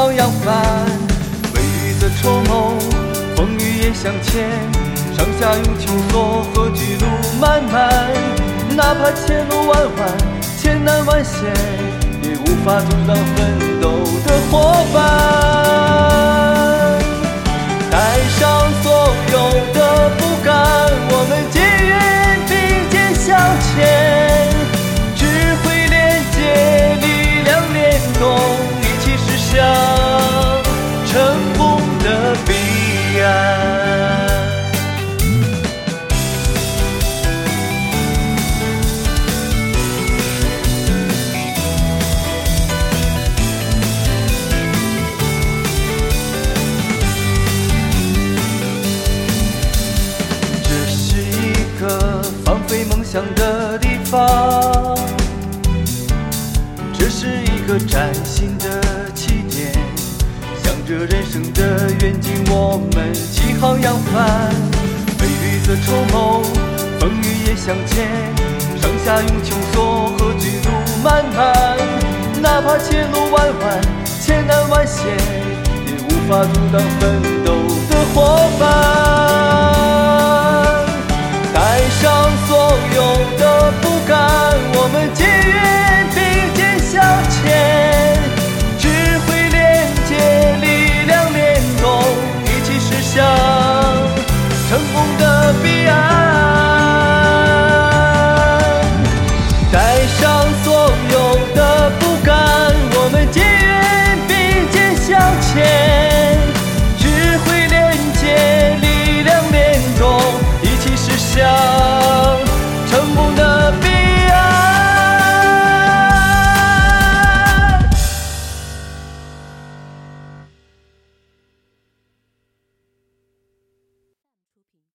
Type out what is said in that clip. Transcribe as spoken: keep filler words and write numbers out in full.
航扬帆，为鱼则筹谋，风雨也相牵。上下用穷索，何惧路漫漫？哪怕前路弯弯，千难万险，也无法阻挡奋斗的伙伴。带上所有的不甘，我们结缘并肩向前，智慧连接，力量联动，一起驶向成功的彼岸。放飞梦想的地方，这是一个崭新的起点，向着人生的远景我们起航扬帆，为鱼则筹谋，风雨也相牵，上下用穷索，何惧路漫漫？哪怕前路弯弯，千难万险，也无法阻挡奋斗的伙伴。